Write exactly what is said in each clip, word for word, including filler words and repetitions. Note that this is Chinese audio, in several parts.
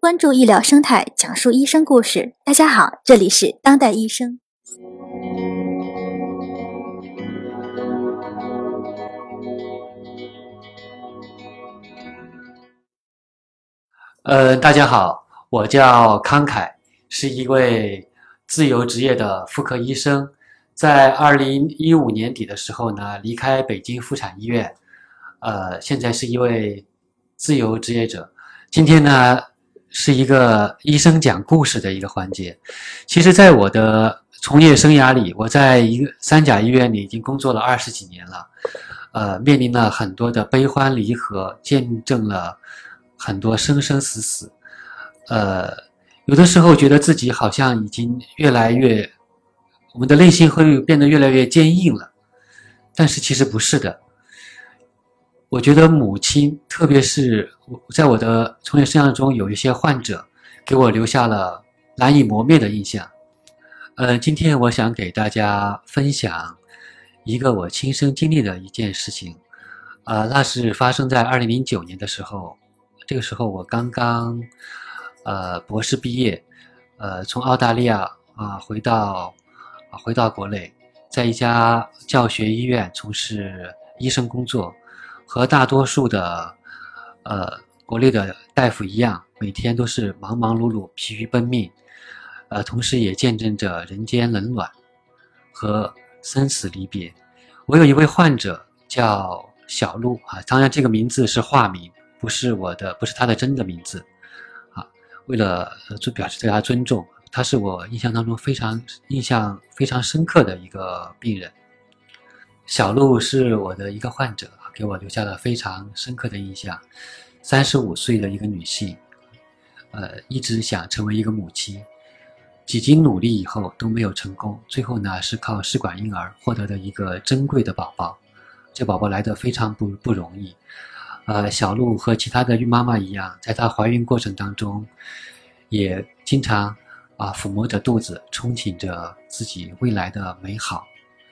关注医疗生态，讲述医生故事。大家好，这里是当代医生。 呃，大家好，我叫康凯，是一位自由职业的妇科医生。在二零一五年底的时候呢，离开北京妇产医院，呃，现在是一位自由职业者。今天呢，是一个医生讲故事的一个环节。其实，在我的从业生涯里，我在一个三甲医院里已经工作了二十几年了，呃，面临了很多的悲欢离合，见证了很多生生死死，呃，有的时候觉得自己好像已经越来越，我们的内心会变得越来越坚硬了，但是其实不是的。我觉得母亲，特别是在我的从业生涯中，有一些患者给我留下了难以磨灭的印象。呃，今天我想给大家分享一个我亲身经历的一件事情，呃，那是发生在二零零九年的时候。这个时候我刚刚呃博士毕业，呃从澳大利亚啊、呃、回到啊、呃、回到国内，在一家教学医院从事医生工作，和大多数的呃国内的大夫一样，每天都是忙忙碌碌、疲于奔命，呃同时也见证着人间冷暖和生死离别。我有一位患者叫小鹿啊，当然这个名字是化名。不是我的，不是他的真的名字，啊，为了呃表示对他尊重，他是我印象当中非常印象非常深刻的一个病人。小鹿是我的一个患者，给我留下了非常深刻的印象。三十五岁的一个女性，呃，一直想成为一个母亲，几经努力以后都没有成功，最后呢是靠试管婴儿获得的一个珍贵的宝宝，这宝宝来得非常不不容易。呃，小鹿和其他的孕妈妈一样，在她怀孕过程当中，也经常啊、呃、抚摸着肚子，憧憬着自己未来的美好。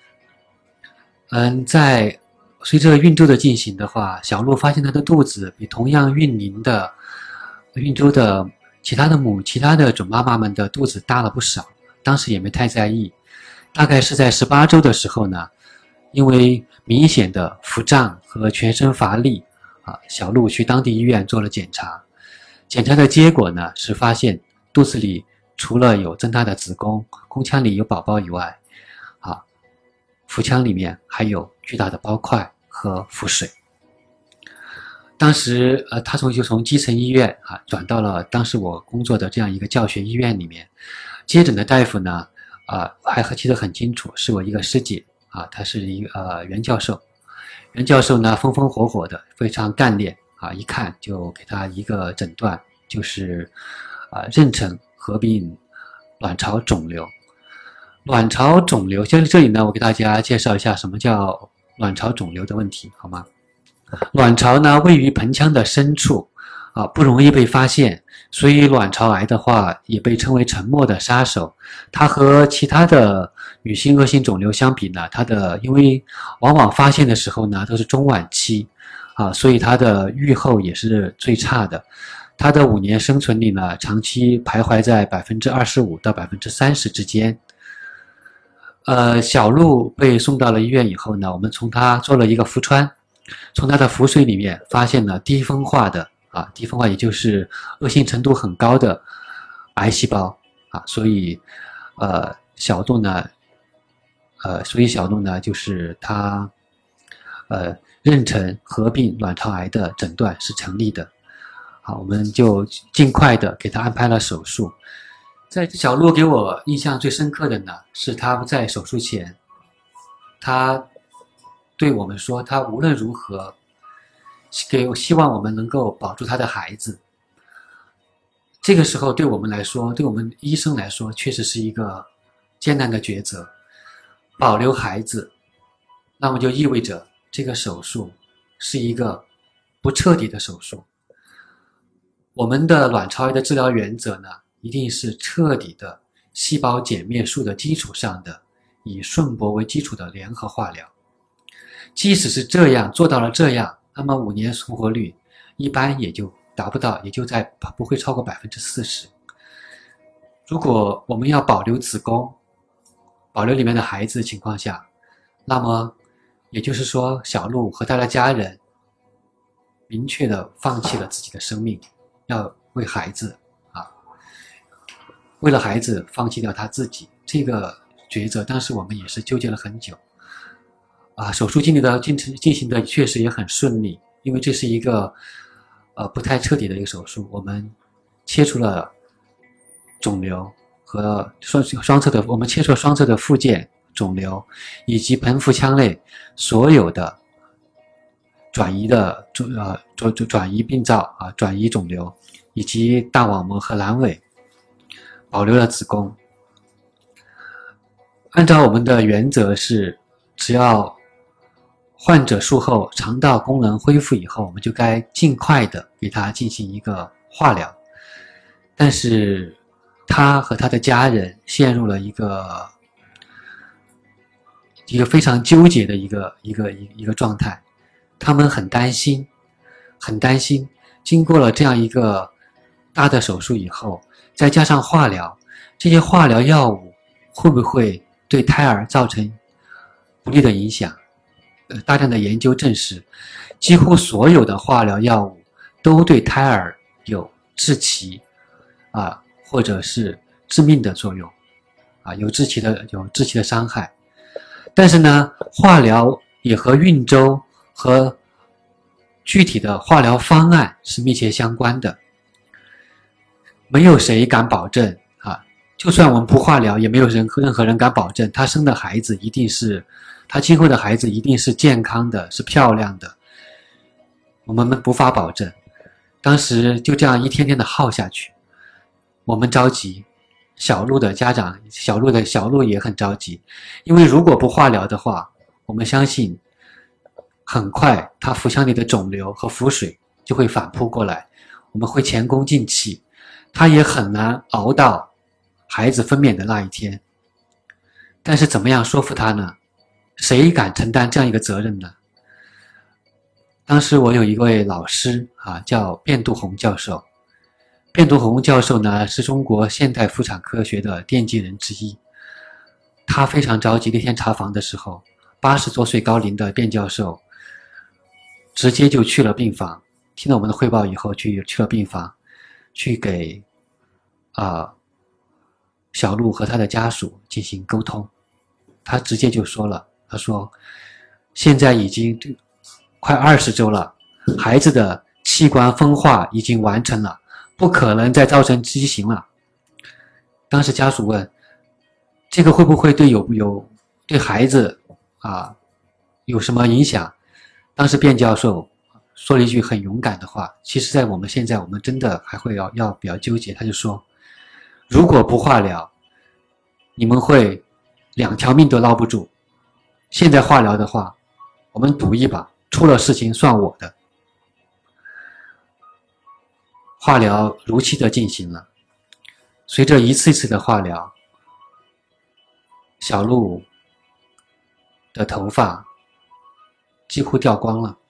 嗯，在随着孕周的进行的话，小鹿发现她的肚子比同样孕龄的孕周的其他的母、其他的准妈妈们的肚子大了不少，当时也没太在意。大概是在十八周的时候呢，因为明显的腹胀和全身乏力。啊，小鹿去当地医院做了检查，检查的结果呢是发现肚子里除了有增大的子宫，宫腔里有宝宝以外，啊，腹腔里面还有巨大的包块和腹水。当时呃，他从就从基层医院啊转到了当时我工作的这样一个教学医院里面，接诊的大夫呢啊还记得很清楚，是我一个师姐啊，她是一个呃袁教授。袁教授呢，风风火火的，非常干练啊！一看就给他一个诊断，就是啊，妊娠合并卵巢肿瘤。卵巢肿瘤，在这里呢，我给大家介绍一下什么叫卵巢肿瘤的问题，好吗？卵巢呢，位于盆腔的深处啊，不容易被发现，所以卵巢癌的话也被称为沉默的杀手。它和其他的女性恶性肿瘤相比呢，它的因为往往发现的时候呢都是中晚期啊，所以它的预后也是最差的。它的五年生存率呢，长期徘徊在百分之二十五到百分之三十之间。呃，小鹿被送到了医院以后呢，我们从它做了一个腹穿，从它的腹水里面发现了低分化的啊，低分化也就是恶性程度很高的癌细胞啊，所以呃，小鹿呢，呃，所以小鹿呢，就是它呃妊娠合并卵巢癌的诊断是成立的。好，我们就尽快的给他安排了手术。在小鹿给我印象最深刻的呢，是他在手术前，他对我们说，他无论如何给希望我们能够保住他的孩子。这个时候对我们来说，对我们医生来说，确实是一个艰难的抉择。保留孩子，那么就意味着这个手术是一个不彻底的手术。我们的卵巢癌的治疗原则呢，一定是彻底的细胞减灭术的基础上的，以顺铂为基础的联合化疗。即使是这样做到了这样，那么五年存活率一般也就达不到，也就在不会超过百分之四十。如果我们要保留子宫，保留里面的孩子的情况下，那么也就是说，小鹿和他的家人明确的放弃了自己的生命，要为孩子啊，为了孩子放弃掉他自己，这个抉择，当时我们也是纠结了很久。啊，手术进行的进进行的确实也很顺利，因为这是一个呃不太彻底的一个手术，我们切除了肿瘤和双双侧的，我们切除了双侧的附件肿瘤，以及盆腹腔内所有的转移的呃转转移病灶啊，转移肿瘤，以及大网膜和阑尾，保留了子宫。按照我们的原则是，只要患者术后肠道功能恢复以后，我们就该尽快的给他进行一个化疗。但是他和他的家人陷入了一个一个非常纠结的一个一个一个状态，他们很担心，很担心，经过了这样一个大的手术以后，再加上化疗，这些化疗药物会不会对胎儿造成不利的影响？呃，大量的研究证实，几乎所有的化疗药物都对胎儿有致畸啊，或者是致命的作用啊，有致畸的有致畸的伤害。但是呢，化疗也和孕周和具体的化疗方案是密切相关的。没有谁敢保证啊，就算我们不化疗，也没有人任何人敢保证他生的孩子一定是。他今后的孩子一定是健康的，是漂亮的，我们无法保证。当时就这样一天天的耗下去，我们着急，小鹿的家长，小鹿的小鹿也很着急，因为如果不化疗的话，我们相信很快他腹腔里的肿瘤和腹水就会反扑过来，我们会前功尽弃，他也很难熬到孩子分娩的那一天。但是怎么样说服他呢？谁敢承担这样一个责任呢？当时我有一位老师啊，叫卞度红教授。卞度红教授呢，是中国现代妇产科学的奠基人之一。他非常着急，那天查房的时候，八十多岁高龄的卞教授直接就去了病房，听了我们的汇报以后，去去了病房，去给啊、呃、小鹿和他的家属进行沟通。他直接就说了。他说现在已经快二十周了，孩子的器官分化已经完成了，不可能再造成畸形了。当时家属问，这个会不会对有有对孩子啊有什么影响？当时卞教授说了一句很勇敢的话，其实在我们现在我们真的还会要要比较纠结。他就说，如果不化疗，你们会两条命都捞不住。现在化疗的话，我们赌一把，出了事情算我的。化疗如期的进行了，随着一次次的化疗，小鹿的头发几乎掉光了，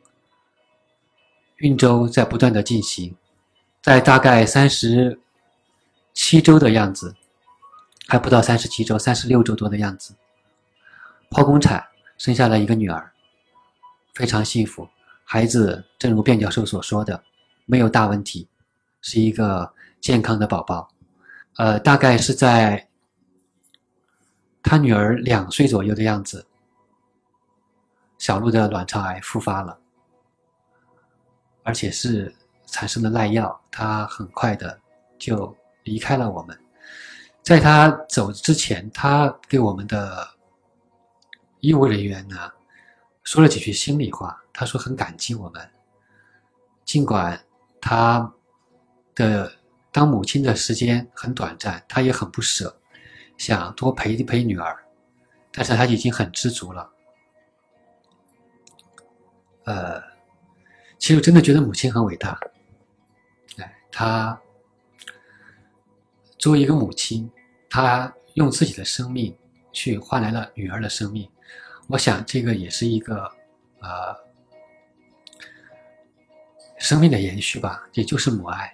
孕周在不断的进行，在大概三十七周的样子，还不到三十七周，三十六周多的样子，剖宫产生下了一个女儿，非常幸福。孩子正如卞教授所说的，没有大问题，是一个健康的宝宝。呃，大概是在他女儿两岁左右的样子，小鹿的卵巢癌复发了，而且是产生了耐药，他很快的就离开了我们。在他走之前，他给我们的医务人员呢说了几句心里话，他说很感激我们，尽管他的当母亲的时间很短暂，他也很不舍，想多陪一陪女儿，但是他已经很知足了。呃，其实我真的觉得母亲很伟大，哎，她作为一个母亲，她用自己的生命去换来了女儿的生命，我想这个也是一个呃生命的延续吧，也就是母爱。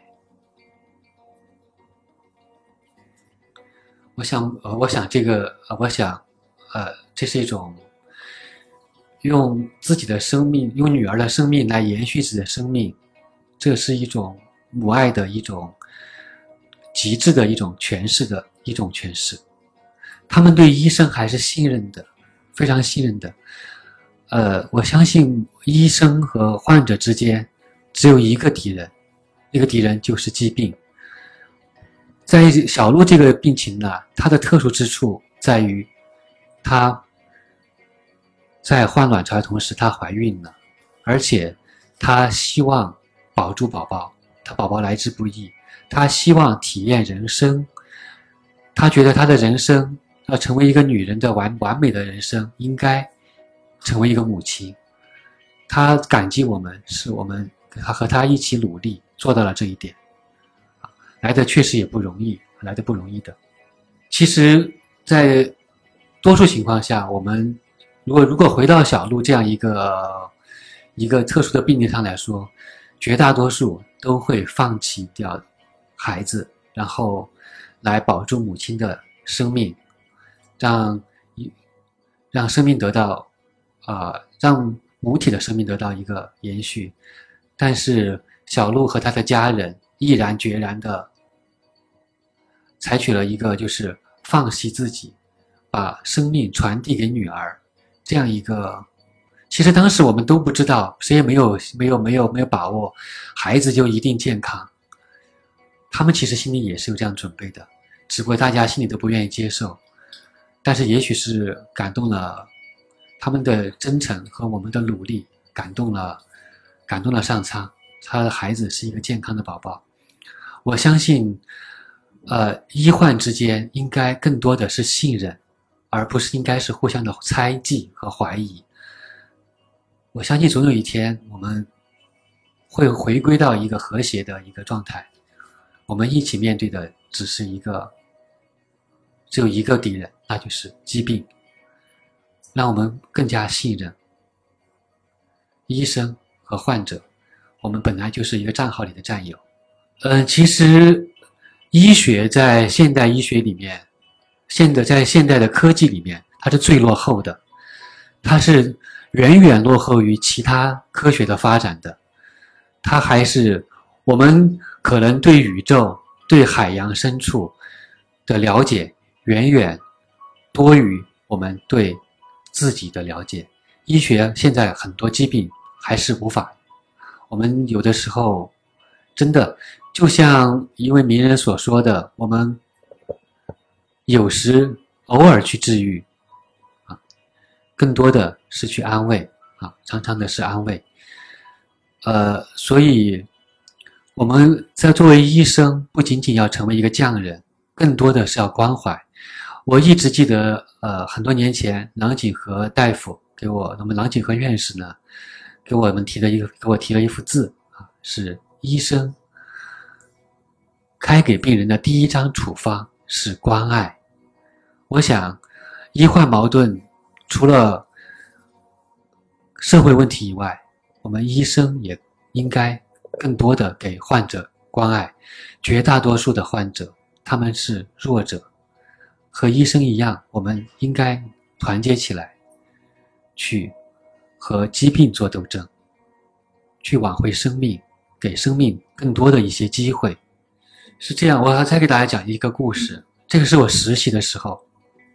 我想，呃，我想这个，呃，我想，呃，这是一种用自己的生命，用女儿的生命来延续自己的生命，这是一种母爱的一种极致的一种诠释的一种诠释。他们对医生还是信任的，非常信任的。呃，我相信医生和患者之间只有一个敌人，那个敌人就是疾病。在小鹿这个病情呢，它的特殊之处在于，她在换卵巢的同时，她怀孕了，而且她希望保住宝宝，她宝宝来之不易，她希望体验人生，她觉得她的人生要成为一个女人的完完美的人生，应该成为一个母亲。她感激我们，是我们她和她一起努力做到了这一点。来的确实也不容易，来的不容易的。其实在多数情况下，我们如果如果回到小鹿这样一个一个特殊的病例上来说，绝大多数都会放弃掉孩子，然后来保住母亲的生命，让让生命得到啊、呃，让母体的生命得到一个延续。但是小鹿和他的家人毅然决然的采取了一个就是放弃自己，把生命传递给女儿这样一个。其实当时我们都不知道，谁也没有没有没有没有把握孩子就一定健康。他们其实心里也是有这样准备的，只不过大家心里都不愿意接受。但是也许是感动了他们的真诚和我们的努力，感动了感动了上苍，他的孩子是一个健康的宝宝。我相信呃，医患之间应该更多的是信任，而不是应该是互相的猜忌和怀疑。我相信总有一天我们会回归到一个和谐的一个状态，我们一起面对的只是一个只有一个敌人，那就是疾病。让我们更加信任医生和患者，我们本来就是一个战壕里的战友。嗯，其实医学在现代医学里面，现在在现代的科技里面，它是最落后的，它是远远落后于其他科学的发展的。它还是我们可能对宇宙、对海洋深处的了解远远多于我们对自己的了解。医学现在很多疾病还是无法，我们有的时候真的就像一位名人所说的，我们有时偶尔去治愈啊，更多的是去安慰啊，常常的是安慰。呃，所以我们在作为医生，不仅仅要成为一个匠人，更多的是要关怀。我一直记得，呃，很多年前，郎景和大夫给我，那么郎景和院士呢，给我们提了一个，给我提了一幅字啊，是医生开给病人的第一张处方是关爱。我想，医患矛盾除了社会问题以外，我们医生也应该更多的给患者关爱。绝大多数的患者，他们是弱者，和医生一样，我们应该团结起来，去和疾病做斗争，去挽回生命，给生命更多的一些机会。是这样，我还再给大家讲一个故事。这个是我实习的时候，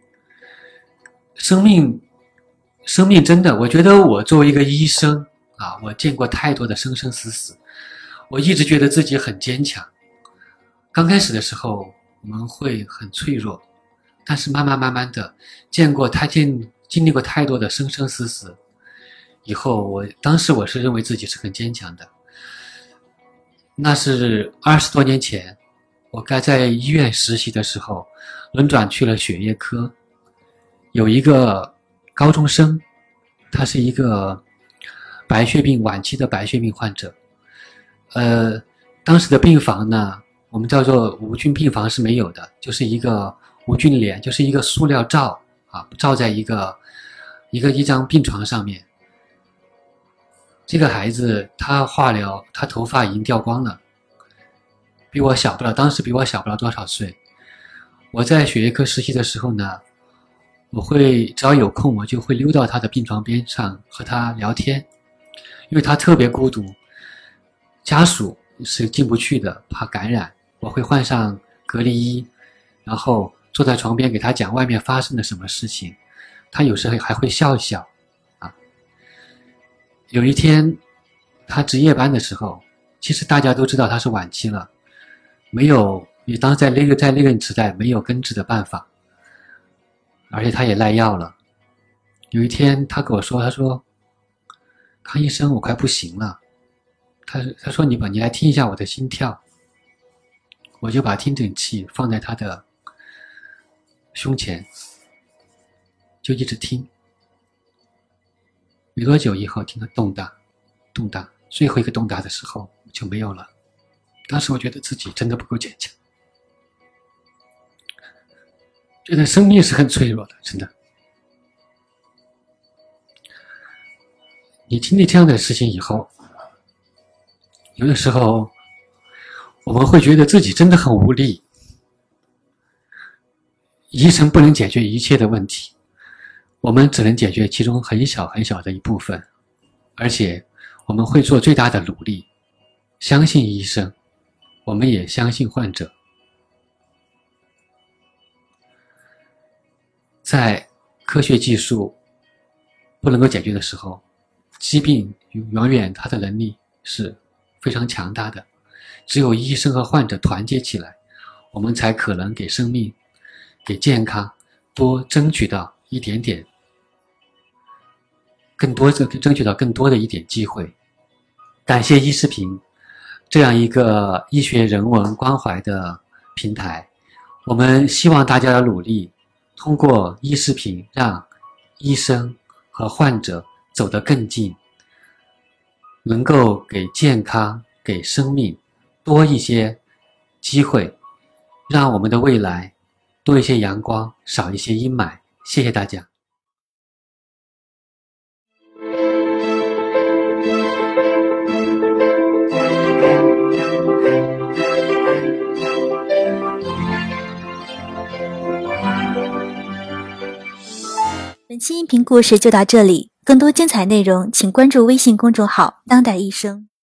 生命，生命真的，我觉得我作为一个医生啊，我见过太多的生生死死，我一直觉得自己很坚强。刚开始的时候，我们会很脆弱，但是慢慢慢慢的，见过太经经历过太多的生生死死以后，我当时我是认为自己是很坚强的。那是二十多年前，我该在医院实习的时候，轮转去了血液科，有一个高中生，他是一个白血病晚期的白血病患者。呃，当时的病房呢，我们叫做无菌病房是没有的，就是一个无菌帘，就是一个塑料罩啊，罩在一个一个一张病床上面。 这个孩子他化疗，他头发已经掉光了，比我小不了，当时比我小不了多少岁。我在血液科实习的时候呢，我会只要有空，我就会溜到他的病床边上和他聊天，因为他特别孤独，家属是进不去的，怕感染。我会换上隔离衣，然后坐在床边给他讲外面发生了什么事情，他有时候还会笑一笑啊。有一天他值夜班的时候，其实大家都知道他是晚期了，没有，也当在那个在那个时代没有根治的办法，而且他也赖药了。有一天他跟我说，他说康医生，我快不行了。他他说你把你来听一下我的心跳。我就把听诊器放在他的胸前，就一直听。没多久以后，听到动荡动荡，最后一个动荡的时候就没有了。当时我觉得自己真的不够坚强，觉得生命是很脆弱的，真的。你经历这样的事情以后，有的时候我们会觉得自己真的很无力，医生不能解决一切的问题，我们只能解决其中很小很小的一部分，而且我们会做最大的努力，相信医生，我们也相信患者。在科学技术不能够解决的时候，疾病永远它的能力是非常强大的。只有医生和患者团结起来，我们才可能给生命、给健康多争取到一点点，更多的争取到更多的一点机会。感谢医视频这样一个医学人文关怀的平台，我们希望大家的努力，通过医视频让医生和患者走得更近，能够给健康、给生命多一些机会，让我们的未来多一些阳光，少一些阴霾。谢谢大家。 本期音频故事就到这里，更多精彩内容请关注微信公众号当代医生。